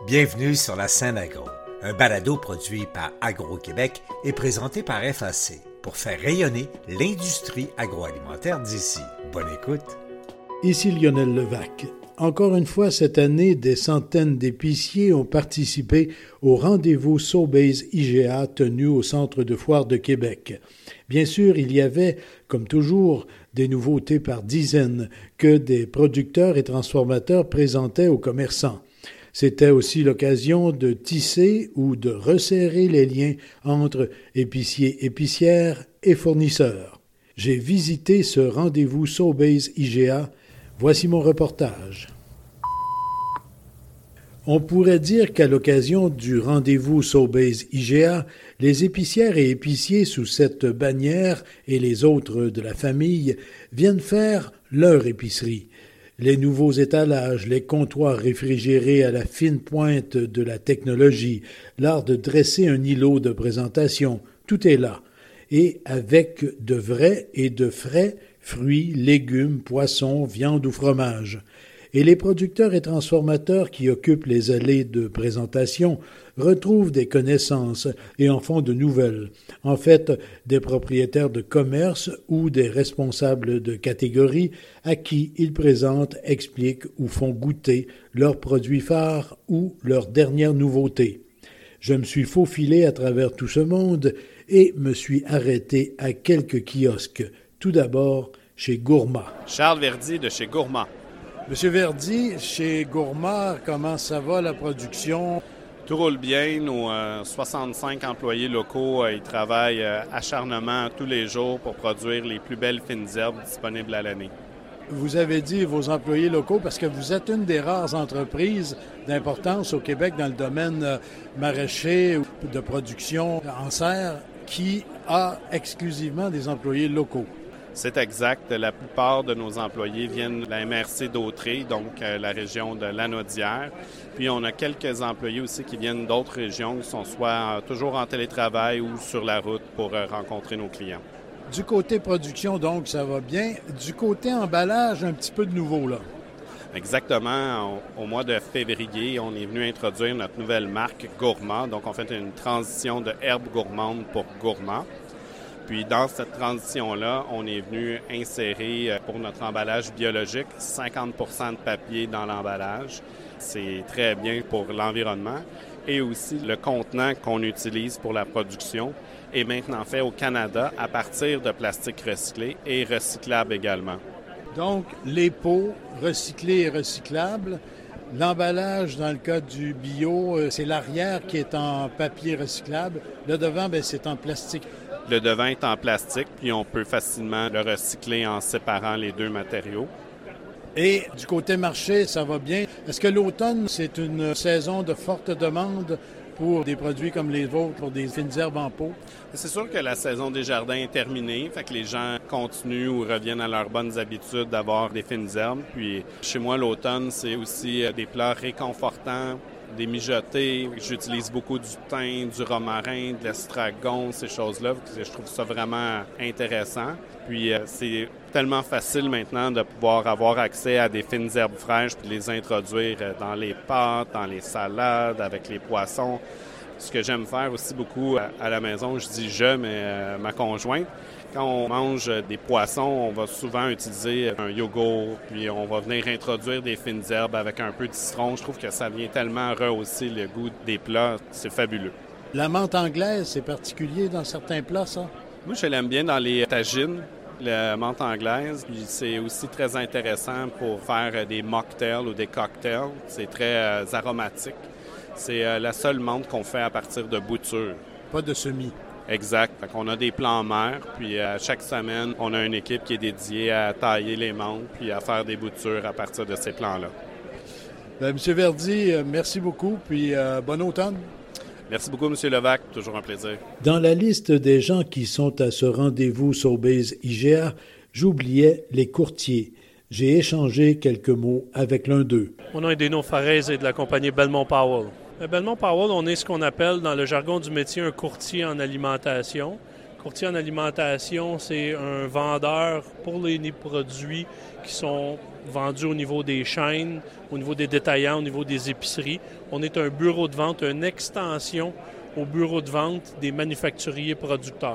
Bienvenue sur la scène agro, un balado produit par Agro-Québec et présenté par FAC pour faire rayonner l'industrie agroalimentaire d'ici. Bonne écoute. Ici Lionel Levac. Encore une fois, cette année, des centaines d'épiciers ont participé au rendez-vous Sobeys IGA tenu au Centre de foire de Québec. Bien sûr, il y avait, comme toujours, des nouveautés par dizaines que des producteurs et transformateurs présentaient aux commerçants. C'était aussi l'occasion de tisser ou de resserrer les liens entre épiciers, épicières et fournisseurs. J'ai visité ce rendez-vous Sobeys IGA. Voici mon reportage. On pourrait dire qu'à l'occasion du rendez-vous Sobeys IGA, les épicières et épiciers sous cette bannière et les autres de la famille viennent faire leur épicerie. Les nouveaux étalages, les comptoirs réfrigérés à la fine pointe de la technologie, l'art de dresser un îlot de présentation, tout est là. Et avec de vrais et de frais fruits, légumes, poissons, viande ou fromage. Et les producteurs et transformateurs qui occupent les allées de présentation retrouvent des connaissances et en font de nouvelles. En fait, des propriétaires de commerce ou des responsables de catégorie à qui ils présentent, expliquent ou font goûter leurs produits phares ou leurs dernières nouveautés. Je me suis faufilé à travers tout ce monde et me suis arrêté à quelques kiosques. Tout d'abord, chez Gourmand. Charles Verdi de chez Gourmand. Monsieur Verdi, chez Gourmand, comment ça va la production? Tout roule bien. Nos 65 employés locaux, ils travaillent acharnement tous les jours pour produire les plus belles fines herbes disponibles à l'année. Vous avez dit vos employés locaux parce que vous êtes une des rares entreprises d'importance au Québec dans le domaine maraîcher ou de production en serre qui a exclusivement des employés locaux. C'est exact. La plupart de nos employés viennent de la MRC d'Autrey, donc la région de Lanaudière. Puis on a quelques employés aussi qui viennent d'autres régions, qui sont soit toujours en télétravail ou sur la route pour rencontrer nos clients. Du côté production, donc, ça va bien. Du côté emballage, un petit peu de nouveau, là. Exactement. Au mois de février, on est venu introduire notre nouvelle marque Gourmand. Donc, on fait une transition de herbes gourmandes pour gourmand. Puis, dans cette transition-là, on est venu insérer pour notre emballage biologique 50 % de papier dans l'emballage. C'est très bien pour l'environnement. Et aussi, le contenant qu'on utilise pour la production est maintenant fait au Canada à partir de plastique recyclé et recyclable également. Donc, les pots recyclés et recyclables. L'emballage, dans le cas du bio, c'est l'arrière qui est en papier recyclable. Le devant, c'est en plastique. Le devant est en plastique, puis on peut facilement le recycler en séparant les deux matériaux. Et du côté marché, ça va bien. Est-ce que l'automne, c'est une saison de forte demande pour des produits comme les vôtres, pour des fines herbes en pot? C'est sûr que la saison des jardins est terminée, fait que les gens continuent ou reviennent à leurs bonnes habitudes d'avoir des fines herbes. Puis chez moi, l'automne, c'est aussi des plats réconfortants, des mijotés. J'utilise beaucoup du thym, du romarin, de l'estragon, ces choses-là. Je trouve ça vraiment intéressant. Puis c'est tellement facile maintenant de pouvoir avoir accès à des fines herbes fraîches puis de les introduire dans les pâtes, dans les salades, avec les poissons. Ce que j'aime faire aussi beaucoup à la maison, je dis mais ma conjointe, quand on mange des poissons, on va souvent utiliser un yogourt, puis on va venir introduire des fines herbes avec un peu de citron. Je trouve que ça vient tellement rehausser le goût des plats. C'est fabuleux. La menthe anglaise, c'est particulier dans certains plats, ça? Moi, je l'aime bien dans les tagines, la menthe anglaise. Puis c'est aussi très intéressant pour faire des mocktails ou des cocktails. C'est très aromatique. C'est la seule menthe qu'on fait à partir de boutures. Pas de semis. Exact. Fait qu'on a des plants en mer, puis chaque semaine, on a une équipe qui est dédiée à tailler les menthes puis à faire des boutures à partir de ces plants-là. Monsieur Verdi, merci beaucoup, puis bon automne. Merci beaucoup, M. Levac. Toujours un plaisir. Dans la liste des gens qui sont à ce rendez-vous Sobeys IGA, j'oubliais les courtiers. J'ai échangé quelques mots avec l'un d'eux. Mon nom est Dino Farez et de la compagnie Belmont Powell. À Belmont Powell, on est ce qu'on appelle dans le jargon du métier un courtier en alimentation. Courtier en alimentation, c'est un vendeur pour les produits qui sont vendu au niveau des chaînes, au niveau des détaillants, au niveau des épiceries. On est un bureau de vente, une extension au bureau de vente des manufacturiers producteurs.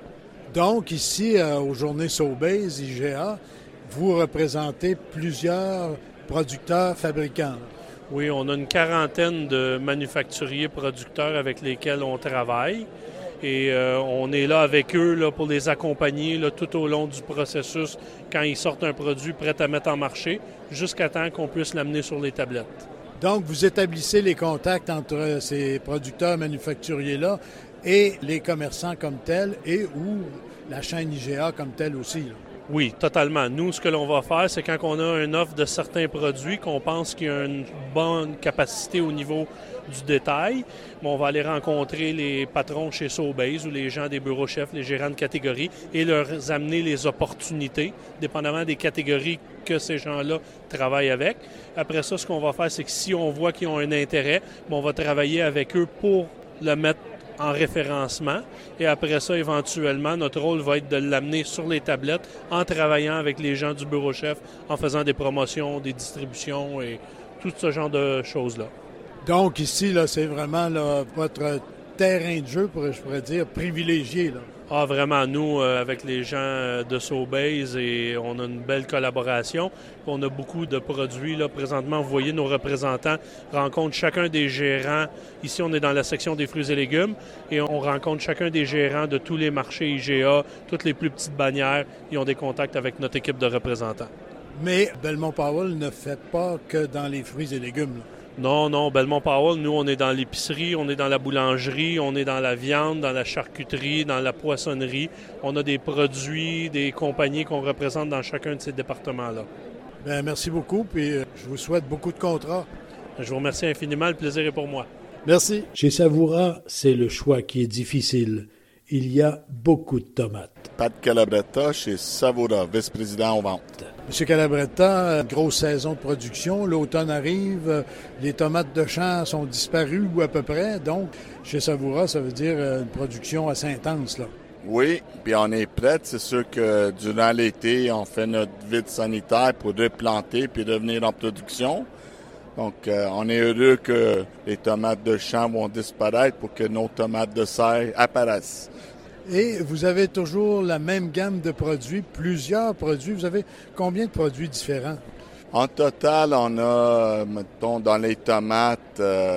Donc, ici, aux Journées Sobeys, IGA, vous représentez plusieurs producteurs, fabricants. Oui, on a une quarantaine de manufacturiers producteurs avec lesquels on travaille. Et on est là avec eux là, pour les accompagner là, tout au long du processus quand ils sortent un produit prêt à mettre en marché, jusqu'à temps qu'on puisse l'amener sur les tablettes. Donc, vous établissez les contacts entre ces producteurs manufacturiers-là et les commerçants comme tels et ou la chaîne IGA comme telle aussi, là. Oui, totalement. Nous, ce que l'on va faire, c'est quand on a une offre de certains produits qu'on pense qu'il y a une bonne capacité au niveau du détail, on va aller rencontrer les patrons chez Sobeys ou les gens des bureaux chefs, les gérants de catégorie et leur amener les opportunités, dépendamment des catégories que ces gens-là travaillent avec. Après ça, ce qu'on va faire, c'est que si on voit qu'ils ont un intérêt, on va travailler avec eux pour le mettre en référencement. Et après ça, éventuellement, notre rôle va être de l'amener sur les tablettes en travaillant avec les gens du bureau chef, en faisant des promotions, des distributions et tout ce genre de choses-là. Donc ici, là, c'est vraiment là, votre terrain de jeu, je pourrais dire, privilégié, là. Ah, vraiment, nous, avec les gens de Sobeys, et on a une belle collaboration. On a beaucoup de produits. Là, présentement, vous voyez, nos représentants rencontrent chacun des gérants. Ici, on est dans la section des fruits et légumes et on rencontre chacun des gérants de tous les marchés IGA, toutes les plus petites bannières. Ils ont des contacts avec notre équipe de représentants. Mais Belmont Powell ne fait pas que dans les fruits et légumes, là. Non, Belmont Powell, nous, on est dans l'épicerie, on est dans la boulangerie, on est dans la viande, dans la charcuterie, dans la poissonnerie. On a des produits, des compagnies qu'on représente dans chacun de ces départements-là. Bien, merci beaucoup, puis je vous souhaite beaucoup de contrats. Je vous remercie infiniment, le plaisir est pour moi. Merci. Chez Savoura, c'est le choix qui est difficile. Il y a beaucoup de tomates. Pat Calabretta chez Savoura, vice-président aux ventes. Monsieur Calabretta, grosse saison de production. L'automne arrive. Les tomates de champ sont disparues ou à peu près. Donc, chez Savoura, ça veut dire une production assez intense, là. Oui, puis on est prêt. C'est sûr que durant l'été, on fait notre vide sanitaire pour replanter puis revenir en production. Donc, on est heureux que les tomates de champ vont disparaître pour que nos tomates de serre apparaissent. Et vous avez toujours la même gamme de produits, plusieurs produits. Vous avez combien de produits différents? En total, on a, mettons, dans les tomates,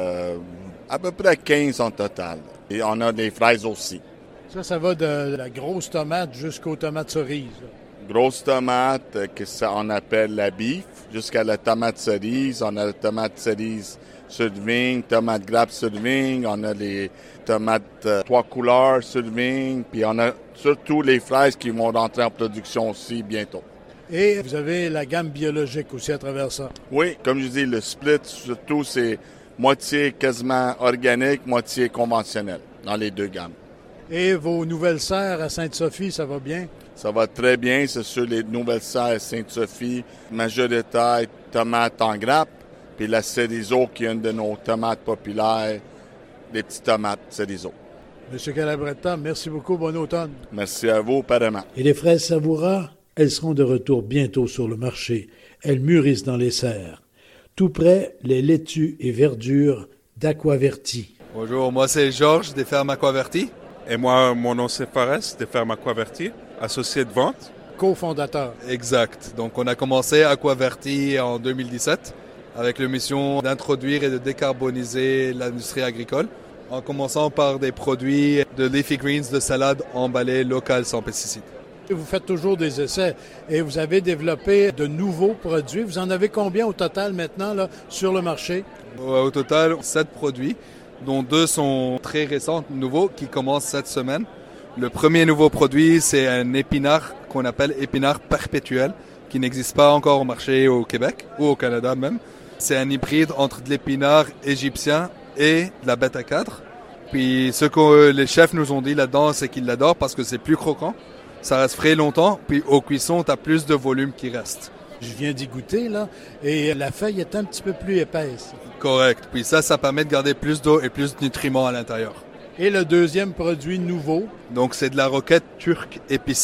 à peu près 15 en total. Et on a des fraises aussi. Ça va de la grosse tomate jusqu'aux tomates cerises. Grosse tomate, on appelle la beef, jusqu'à la tomate cerise. On a la tomate cerise sur vigne, tomate grappe sur vigne. On a les tomates 3 couleurs sur vigne. Puis on a surtout les fraises qui vont rentrer en production aussi bientôt. Et vous avez la gamme biologique aussi à travers ça. Oui, comme je dis, le split, surtout, c'est moitié quasiment organique, moitié conventionnel dans les deux gammes. Et vos nouvelles serres à Sainte-Sophie, ça va bien? Ça va très bien. C'est sûr, les nouvelles serres à Sainte-Sophie, majoritaire tomates en grappe, puis la Cerizo qui est une de nos tomates populaires, les petites tomates Cerizo. Monsieur Calabretta, merci beaucoup. Bon automne. Merci à vous, apparemment. Et les fraises Savoura, elles seront de retour bientôt sur le marché. Elles mûrissent dans les serres. Tout près, les laitues et verdures d'Aquaverti. Bonjour, moi c'est Georges des fermes Aquaverti. Et moi, mon nom c'est Forest des fermes Aquaverti, associé de vente. Co-fondateur. Exact. Donc on a commencé Aquaverti en 2017 avec la mission d'introduire et de décarboniser l'industrie agricole en commençant par des produits de leafy greens, de salade emballés locales sans pesticides. Vous faites toujours des essais et vous avez développé de nouveaux produits. Vous en avez combien au total maintenant là, sur le marché? Au total, 7 produits, dont 2 sont très récents, nouveaux, qui commencent cette semaine. Le premier nouveau produit, c'est un épinard qu'on appelle épinard perpétuel, qui n'existe pas encore au marché au Québec, ou au Canada même. C'est un hybride entre de l'épinard égyptien et de la bête à cadre. Puis ce que les chefs nous ont dit là-dedans, c'est qu'ils l'adorent parce que c'est plus croquant, ça reste frais longtemps, puis au cuisson, tu as plus de volume qui reste. Je viens d'y goûter, là, et la feuille est un petit peu plus épaisse. Correct. Puis ça permet de garder plus d'eau et plus de nutriments à l'intérieur. Et le deuxième produit nouveau? Donc, c'est de la roquette turque épicée.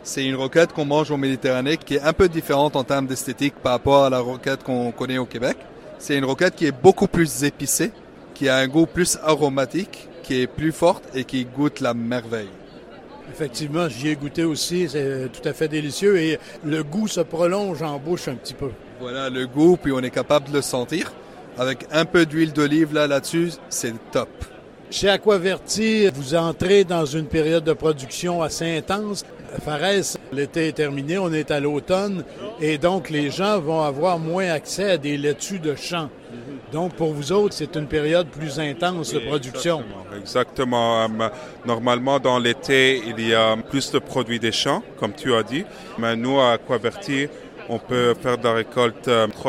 C'est une roquette qu'on mange en Méditerranée qui est un peu différente en termes d'esthétique par rapport à la roquette qu'on connaît au Québec. C'est une roquette qui est beaucoup plus épicée, qui a un goût plus aromatique, qui est plus forte et qui goûte la merveille. Effectivement, j'y ai goûté aussi, c'est tout à fait délicieux et le goût se prolonge en bouche un petit peu. Voilà le goût, puis on est capable de le sentir. Avec un peu d'huile d'olive là-dessus, c'est top. Chez Aquaverti, vous entrez dans une période de production assez intense. Fares, l'été est terminé, on est à l'automne et donc les gens vont avoir moins accès à des laitues de champ. Donc pour vous autres, c'est une période plus intense de production. Exactement. Normalement, dans l'été, il y a plus de produits des champs, comme tu as dit. Mais nous, à Aquaverti, on peut faire de la récolte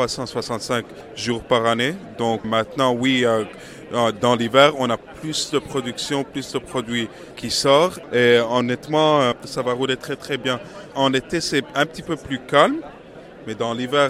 365 jours par année. Donc maintenant, oui, dans l'hiver, on a plus de production, plus de produits qui sortent. Et honnêtement, ça va rouler très très bien. En été, c'est un petit peu plus calme. Mais dans l'hiver,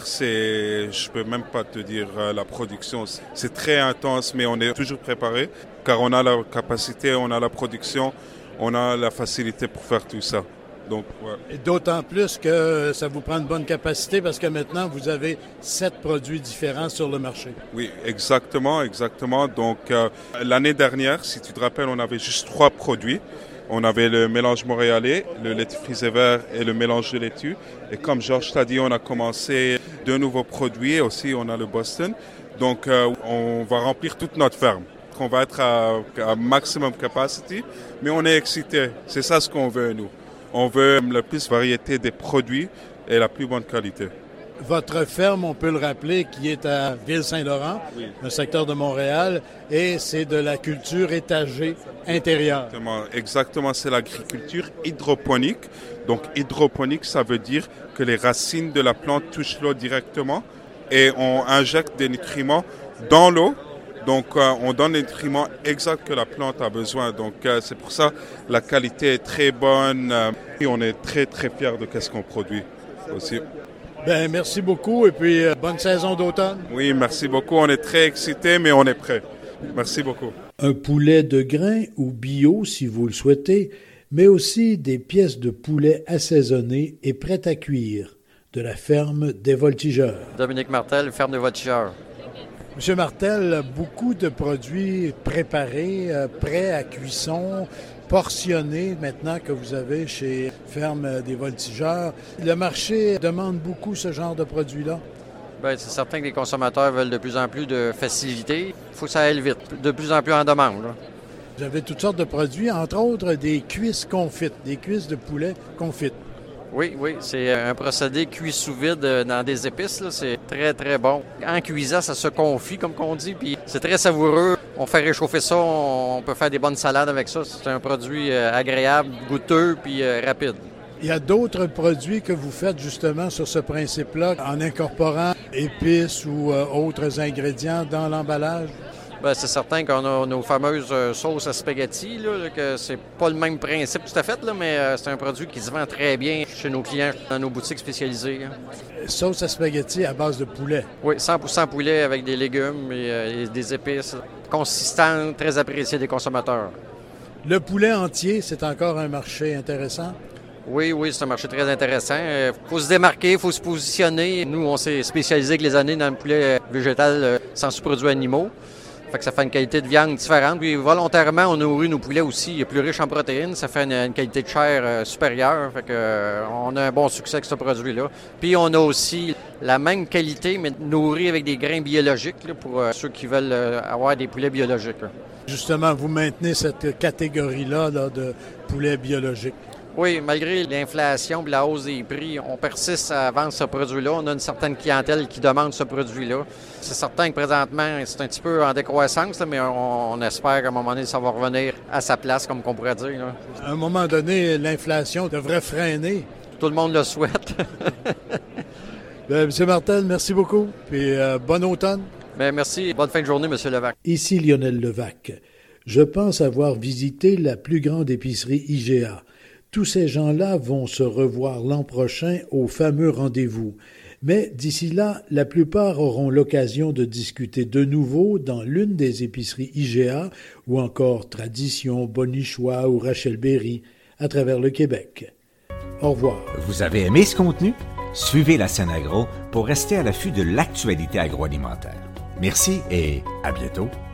je peux même pas te dire la production. C'est très intense, mais on est toujours préparé. Car on a la capacité, on a la production, on a la facilité pour faire tout ça. Donc, ouais. Et d'autant plus que ça vous prend une bonne capacité parce que maintenant, vous avez 7 produits différents sur le marché. Oui, exactement. Donc, l'année dernière, si tu te rappelles, on avait juste 3 produits. On avait le mélange montréalais, le laitue frisé vert et le mélange de laitue. Et comme Georges t'a dit, on a commencé 2 nouveaux produits. Aussi, on a le Boston. Donc, on va remplir toute notre ferme. On va être à maximum capacity, mais on est excités. C'est ça ce qu'on veut, nous. On veut la plus variété des produits et la plus bonne qualité. Votre ferme, on peut le rappeler, qui est à Ville-Saint-Laurent, oui, un secteur de Montréal, et c'est de la culture étagée intérieure. Exactement, c'est l'agriculture hydroponique. Donc, hydroponique, ça veut dire que les racines de la plante touchent l'eau directement et on injecte des nutriments dans l'eau. Donc, on donne les nutriments exacts que la plante a besoin. Donc, c'est pour ça que la qualité est très bonne et on est très, très fiers de ce qu'on produit aussi. Bien, merci beaucoup et puis bonne saison d'automne. Oui, merci beaucoup. On est très excités, mais on est prêts. Merci beaucoup. Un poulet de grain ou bio, si vous le souhaitez, mais aussi des pièces de poulet assaisonnées et prêtes à cuire de la ferme des Voltigeurs. Dominique Martel, ferme des Voltigeurs. Monsieur Martel, beaucoup de produits préparés, prêts à cuisson, portionnés maintenant que vous avez chez Ferme des Voltigeurs. Le marché demande beaucoup ce genre de produits-là? Bien, c'est certain que les consommateurs veulent de plus en plus de facilité. Il faut que ça aille vite, de plus en plus en demande. Là. Vous avez toutes sortes de produits, entre autres des cuisses confites, des cuisses de poulet confites. Oui, c'est un procédé cuit sous vide dans des épices. Là. C'est très, très bon. En cuisant, ça se confit, comme qu'on dit, puis c'est très savoureux. On fait réchauffer ça, on peut faire des bonnes salades avec ça. C'est un produit agréable, goûteux, puis rapide. Il y a d'autres produits que vous faites justement sur ce principe-là, en incorporant épices ou autres ingrédients dans l'emballage? Bien, c'est certain qu'on a nos fameuses sauces à spaghetti, là, que c'est pas le même principe tout à fait, là, mais c'est un produit qui se vend très bien chez nos clients, dans nos boutiques spécialisées. Hein. Sauce à spaghetti à base de poulet? Oui, 100% poulet avec des légumes et des épices consistantes, très appréciées des consommateurs. Le poulet entier, c'est encore un marché intéressant? Oui, c'est un marché très intéressant. Il faut se démarquer, il faut se positionner. Nous, on s'est spécialisé avec les années dans le poulet végétal sans sous-produits animaux. Fait que ça fait une qualité de viande différente. Puis volontairement, on nourrit nos poulets aussi plus riches en protéines. Ça fait une qualité de chair supérieure. Fait que on a un bon succès avec ce produit-là. Puis on a aussi la même qualité, mais nourri avec des grains biologiques là, pour ceux qui veulent avoir des poulets biologiques. Là. Justement, vous maintenez cette catégorie-là là, de poulets biologiques. Oui, malgré l'inflation et la hausse des prix, on persiste à vendre ce produit-là. On a une certaine clientèle qui demande ce produit-là. C'est certain que présentement, c'est un petit peu en décroissance, mais on espère qu'à un moment donné, ça va revenir à sa place, comme on pourrait dire. Là. À un moment donné, l'inflation devrait freiner. Tout le monde le souhaite. Bien, M. Martel, merci beaucoup. Puis bon automne. Bien, merci. Bonne fin de journée, M. Levac. Ici Lionel Levac. Je pense avoir visité la plus grande épicerie IGA. Tous ces gens-là vont se revoir l'an prochain au fameux rendez-vous. Mais d'ici là, la plupart auront l'occasion de discuter de nouveau dans l'une des épiceries IGA ou encore Tradition, Bonichois ou Rachel Berry à travers le Québec. Au revoir. Vous avez aimé ce contenu? Suivez la scène agro pour rester à l'affût de l'actualité agroalimentaire. Merci et à bientôt.